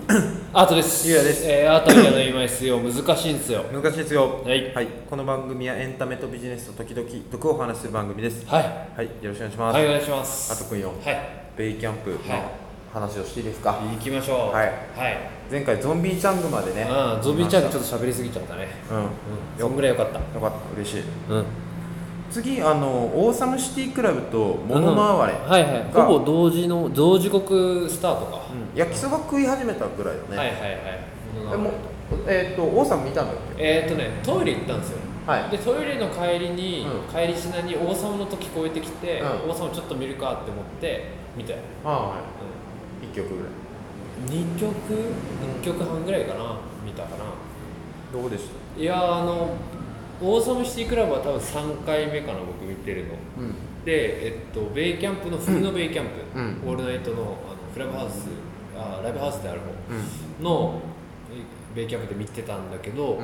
アートです。 ゆうやです。 アートみたいな言いますよ。難しいんですよ。 難しいですよ。 はい。 はい。この番組はエンタメとビジネスと時々毒を話する番組です。 はい。 はい。よろしくお願いします。 はい、お願いします。 あとくんよ。 はい。 ベイキャンプのはい話をしていいですか。 行きましょう。 はい。 はい。 前回ゾンビーチャングまでね。 ゾンビーチャングちょっと喋りすぎちゃったね。そんぐらいよかった。 よかった。嬉しい。 うん。 次オーサムシティクラブとモノのあわれ。 はいはい。ほぼ同時刻スタートか。 焼きそば食い始めたぐらいよね。 はいはいはい。 でもオーサム見たんだっけ？ トイレ行ったんですよ。 はい。 でトイレの帰りに、帰りしなに王様の時聞こえてきて、王様ちょっと見るかって思って見たよ。 はい。1曲ぐらい。 2曲半ぐらいかな、見たかな。 どうでした？ いやオーサムシティクラブは多分3回目かな、僕見てるの。で、ベイキャンプの冬のベイキャンプ、オールナイトのクラブハウス、ライブハウスである方のベイキャンプで見てたんだけど、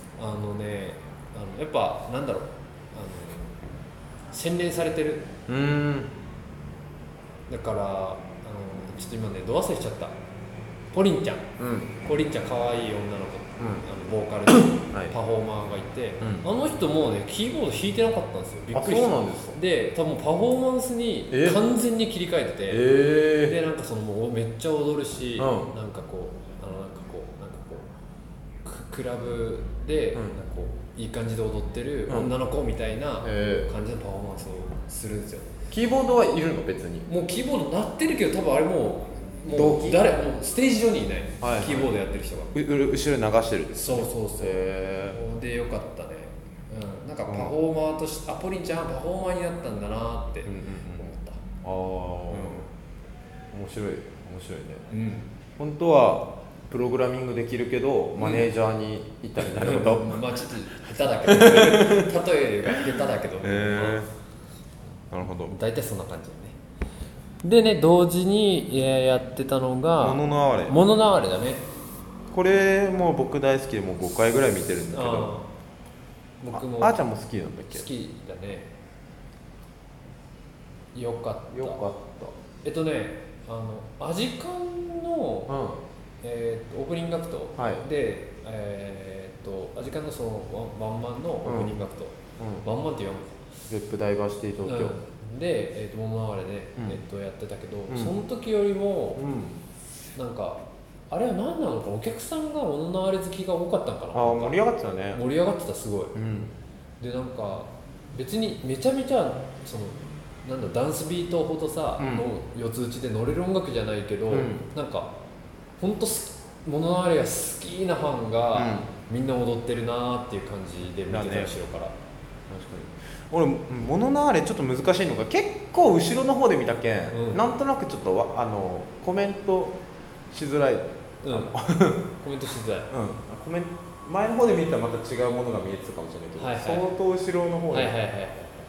やっぱなんだろう、洗練されてる。だからちょっと今ねど忘れしちゃった。ポリンちゃん可愛い女の子、ボーカルのパフォーマーがいて、あの人もねキーボード弾いてなかったんですよ。びっくりした。 そうなんですか。 で多分パフォーマンスに完全に切り替えてて、でなんかそのもうめっちゃ踊るし、なんかこうクラブでなんかこういい感じで踊ってる女の子みたいな感じのパフォーマンスをするんですよ。 キーボードはいるの？別にもうキーボード鳴ってるけど多分あれもうもうステージ上にいない、キーボードやってる人が後ろ流してる。 そうでよかったね。なんかパフォーマーとしてポリンちゃんはパフォーマーになったんだなって思った。 面白いね。本当はプログラミングできるけどマネージャーに行ったみたいなこと。 まあちょっと下手だけど例えが下手だけど、 なるほど。 大体そんな感じだね。でね、同時にやってたのがモノのあわれ。 モノのあわれだね。 これもう僕大好きでもう5回ぐらい見てるんだけど、 僕もあーちゃんも好きなんだっけ？ 好きだね。よかった。アジカンの、オープニングアクトで、アジカンのそのワンマンのオープニングアクト、ワンマンって言わんか、 ゼップダイバーシティ東京、 で、モノのあわれで、やってたけど、その時よりも、なんかあれは何なのか、お客さんがモノのあわれ好きが多かったのかな。 盛り上がってたね。 盛り上がってた、すごい。でなんか別にめちゃめちゃそのなんだダンスビートほどさ、の四つ打ちで乗れる音楽じゃないけど、なんか本当モノのあわれが好きなファンが、みんな踊ってるなっていう感じで見てた、後ろから。確かに。 俺モノのあわれちょっと難しいのが結構後ろの方で見たけん、なんとなくちょっとコメントしづらい。 コメントしづらい。 前の方で見たらまた違うものが見えてたかもしれないけど、相当後ろの方で。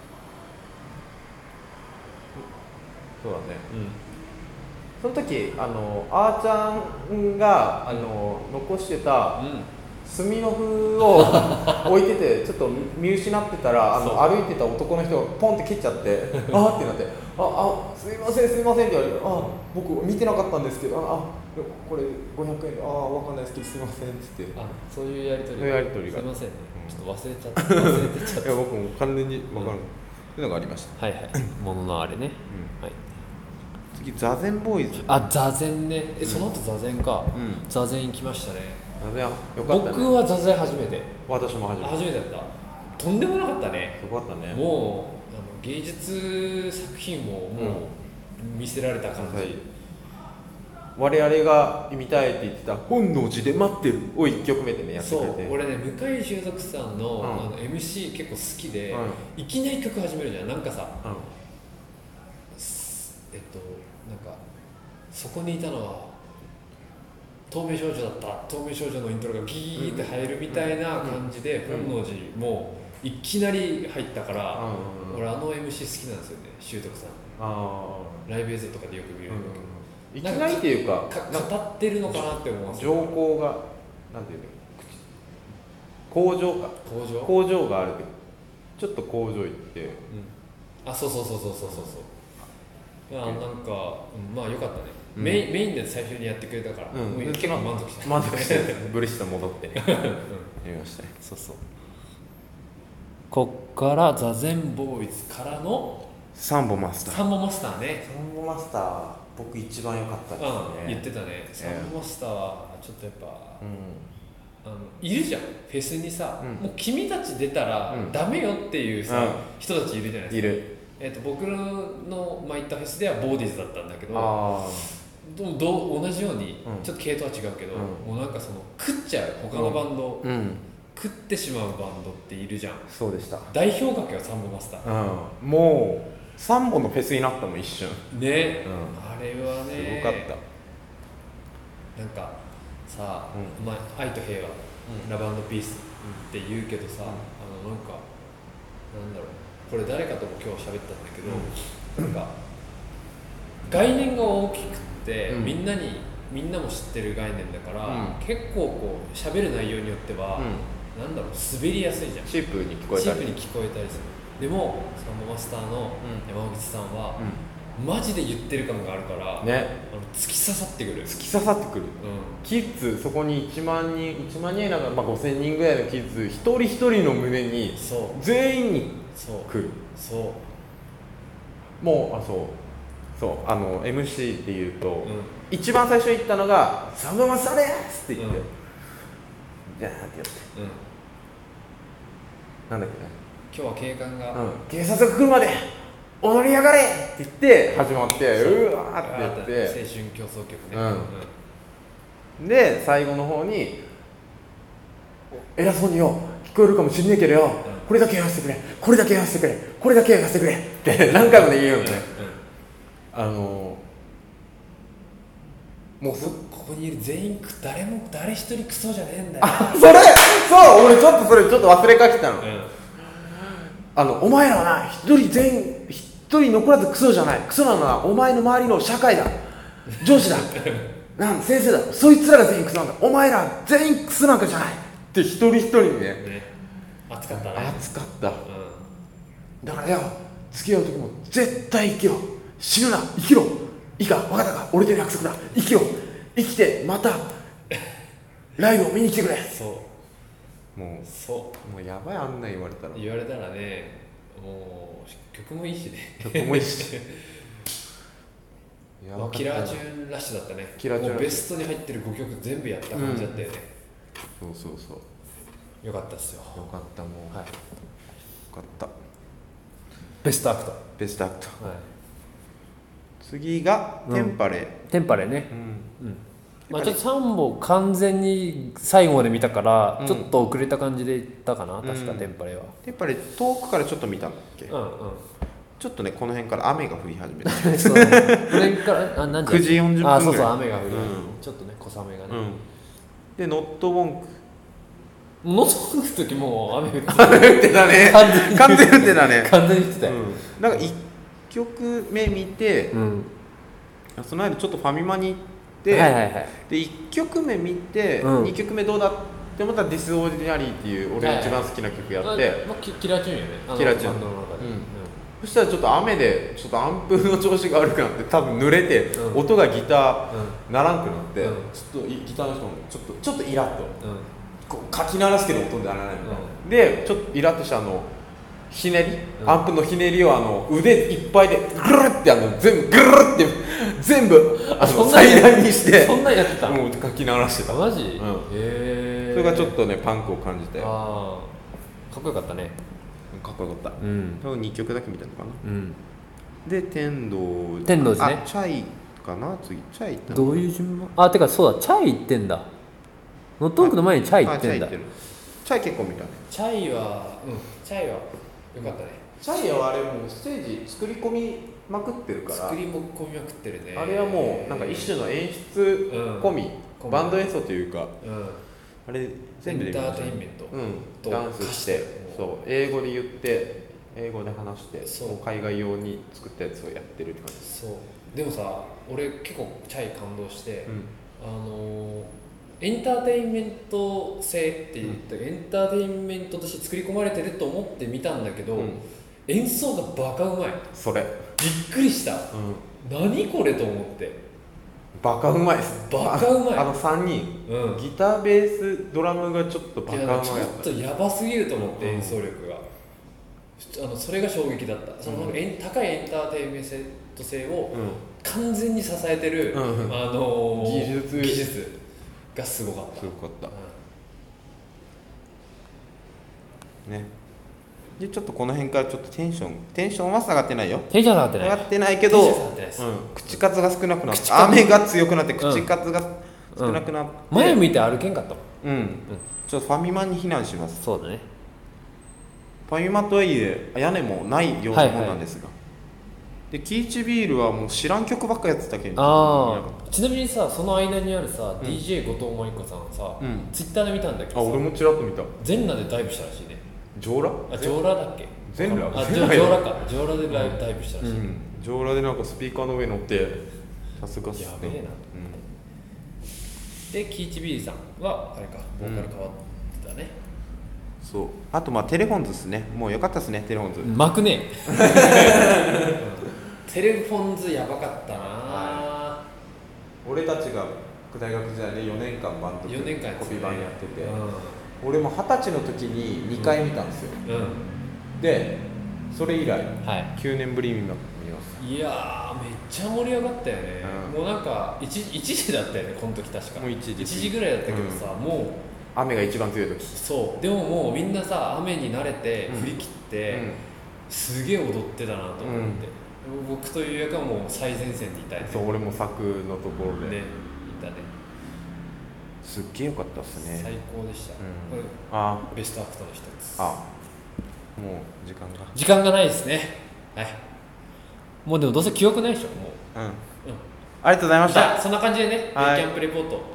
そうだね。その時あーちゃんが残してたスミノフを置いててちょっと見失ってたら歩いてた男の人がポンって蹴っちゃってあーってなってすいませんって言われて、僕見てなかったんですけどこれ500円で分かんないですけどすいませんって言って、 そういうやり取りがすいませんね、ちょっと忘れてちゃったいや僕も完全に分かるっていうのがありました。 モノのあれね。 次座禅ボーイズ。 座禅ね。その後座禅か。座禅行きましたね。 座禅よかったね。 僕は座禅初めて。 私も初めてだった。とんでもなかったね。 すごかったね。 もう芸術作品ももう見せられた感じ。 我々が見たいって言ってた本能寺で待ってるを1曲目でねやってくれて。 俺ね、向井修徳さんのMC 結構好きで、いきなり曲始めるじゃん。なんかさ、なんかそこにいたのは透明少女だった、透明少女のイントロがギーって入るみたいな感じで、本能寺もいきなり入ったから、俺MC 好きなんですよね、修徳さん。ライブ映像とかでよく見るんだけど、 いきなりっていうか語ってるのかなって思います。 情報がなんていうの、工場があるけどちょっと工場行って、 そういやなんかまあ良かったね。 メインで最初にやってくれたから、もう結構満足した。 満足してブリスト戻ってねやりましたね。そうそう。 こっからザゼンボーイズからのサンボマスター。 サンボマスターね。 サンボマスター僕一番良かったですね。 言ってたね。サンボマスターはちょっとやっぱ、いるじゃんフェスにさ、もう君たち出たらダメよっていうさ、人たちいるじゃないですか。 いる。 僕の行ったフェスではボーディーズだったんだけど、同じように、ちょっと系統は違うけど、もうなんかその食っちゃう他のバンド、食ってしまうバンドっているじゃん。 そうでした。 代表格はサンボマスター、 もう3本のフェスになったもん一瞬ね、あれはねすごかった。 なんかさあ、愛と平和、ラブ&ピースって言うけどさ、なんかなんだろう、これ誰かとも今日喋ったんだけど、なんか概念が大きくって、みんなも知ってる概念だから、結構こう喋る内容によっては、なんだろう、滑りやすいじゃん。 チープに聞こえたりする。でもサンボマスターの山口さんは、マジで言ってる感があるからね、突き刺さってくる。キッズ、そこに1万人なんか、5000人ぐらいのキッズ一人一人の胸に全員に来る。もうそうMC で言うと、一番最初に言ったのが「サンボマスターです!」って言って、じゃーってやって、なんだっけね、 今日は警官が、 警察が来るまで踊りやがれって言って始まって、うわーってやって、 青春競争曲ね、 で最後の方に偉そうによ、聞こえるかもしんねえけどよ、これだけやらせてくれ、これだけやらせてくれ、これだけやらせてくれって何回もで言うよね。もうここにいる全員誰一人クソじゃねえんだよ。 俺ちょっと忘れかけたの。お前らはな、一人残らずクソじゃない。クソなのはお前の周りの社会だ、上司だ先生だ、そいつらが全員クソなんだ。お前ら全員クソなんかじゃないって一人一人にね、 熱かったね。 熱かった、だからよ、付き合う時も絶対生きろ、死ぬな、生きろ、いいか、分かったか、俺との約束だ、生きよう、生きてまたライブを見に来てくれ。もうやばい、あんな言われたらね、もう曲もいいしね。キラーチューンラッシュだったね。もうベストに入ってる5曲全部やった感じだったよね。よかったっすよ。 よかった、もう、よかった。 ベストアクト、 次がテンパレね。ちょっと3本完全に最後まで見たから、ちょっと遅れた感じでいったかな、確かテンパレは。 遠くからちょっと見たんだっけ。ちょっとね、この辺から雨が降り始めた。この辺から 9時40分ぐらい。 そう雨が降り、ちょっとね、小雨がね。 でノットウォンクの時もう雨降ってたね。完全に降ってたね。 完全に降ってたよ。 なんか1曲目見て、その間ちょっとファミマに行って、で1曲目見て、2曲目どうだって思ったら「ディスオーディナリー」っていう俺が一番好きな曲やって、 キラーチューンよね、 キラーチューン。そしたらちょっと雨でちょっとアンプの調子が悪くなって、多分濡れて音がギターならんくなって、ちょっとギターの人もちょっとイラッと、こうかき鳴らすけど音でならないみたいな、でちょっとイラッとしたひねり、アンプのひねりを腕いっぱいでグルッて全部グルッて全部最大にして、 そんなんやってた、 もうかき鳴らしてた。 マジ？ それがちょっとねパンクを感じて、かっこよかったね。 かっこよかった。多分2曲だけ見たのかな。で天童寺ね。 チャイかな、次チャイ行ったの。 どういう順番？てかそうだ、チャイ行ってんだ。ノットウォークの前にチャイ行ってんだ。 チャイ結構見たね。 チャイはよかったね。 チャイはあれもうステージ作り込みまくってるから。 作り込みまくってるね。 あれはもうなんか一種の演出込み、バンド演奏というか、あれ全部でエンターテインメント、 ダンスして、英語で言って英語で話して、海外用に作ったやつをやってるって感じ。 でもさ、俺結構チャイ感動して、エンターテインメント性って言って、エンターテインメントとして作り込まれてると思って見たんだけど、演奏がバカうまい。 それびっくりした、何これと思って。 バカうまいです。 バカうまい。 あの3人、 うん、 ギターベースドラムがちょっとバカうまいやった。 ちょっとやばすぎると思って、 うん、 演奏力がそれが衝撃だった。その高いエンターテインメント性を完全に支えてる、技術がすごかった。 すごかった、ね。でちょっとこの辺からちょっとテンションは下がってないよ。 テンション上がってないけど、口数が少なくなって、雨が強くなって口数が少なくなって、 前向いて歩けんかったもん。 ちょっとファミマに避難します。 そうだね。 ファミマとはいえ屋根もないようなもんなんですが、でキイチビールはもう知らん曲ばっかやってたけど、 ちなみにさ、その間にあるさ、DJ 後藤真理子さんさ、ツイッターで見たんだけどさ、 俺もちらっと見た。 全裸でダイブしたらしいね。 上裸？ 上裸だっけ？ 全裸？ 上裸か。上裸でダイブしたらしい。 上裸でなんかスピーカーの上に乗って、さすがっすね。 やべえな。でキイチビールさんはあれか、ボーカル変わってたね。 そう。あとテレフォンズですね。もう良かったですね、テレフォンズ。 巻くね。テレフォンズやばかったな。 俺たちが大学時代で4年間バンドコピーバンやってて、俺も20歳の時に2回見たんですよ。でそれ以来9年ぶりに見ます。 いやめっちゃ盛り上がったよね。もうなんか1時だったよね、この時確か。 もう1 時ぐらいだったけどさ、もう雨が一番強い時。 そう。でももうみんなさ、雨に慣れて振り切って、すげえ踊ってたなと思って、僕という役はもう最前線にいたい、ね。 そう、俺も柵のところで、 いたね。 すっげえ良かったっすね。 最高でした。ベストアクトの一つ。 もう時間がないですね。はい。もうでもどうせ記憶ないでしょ、もう。 ありがとうございました。 そんな感じでね、デイキャンプレポート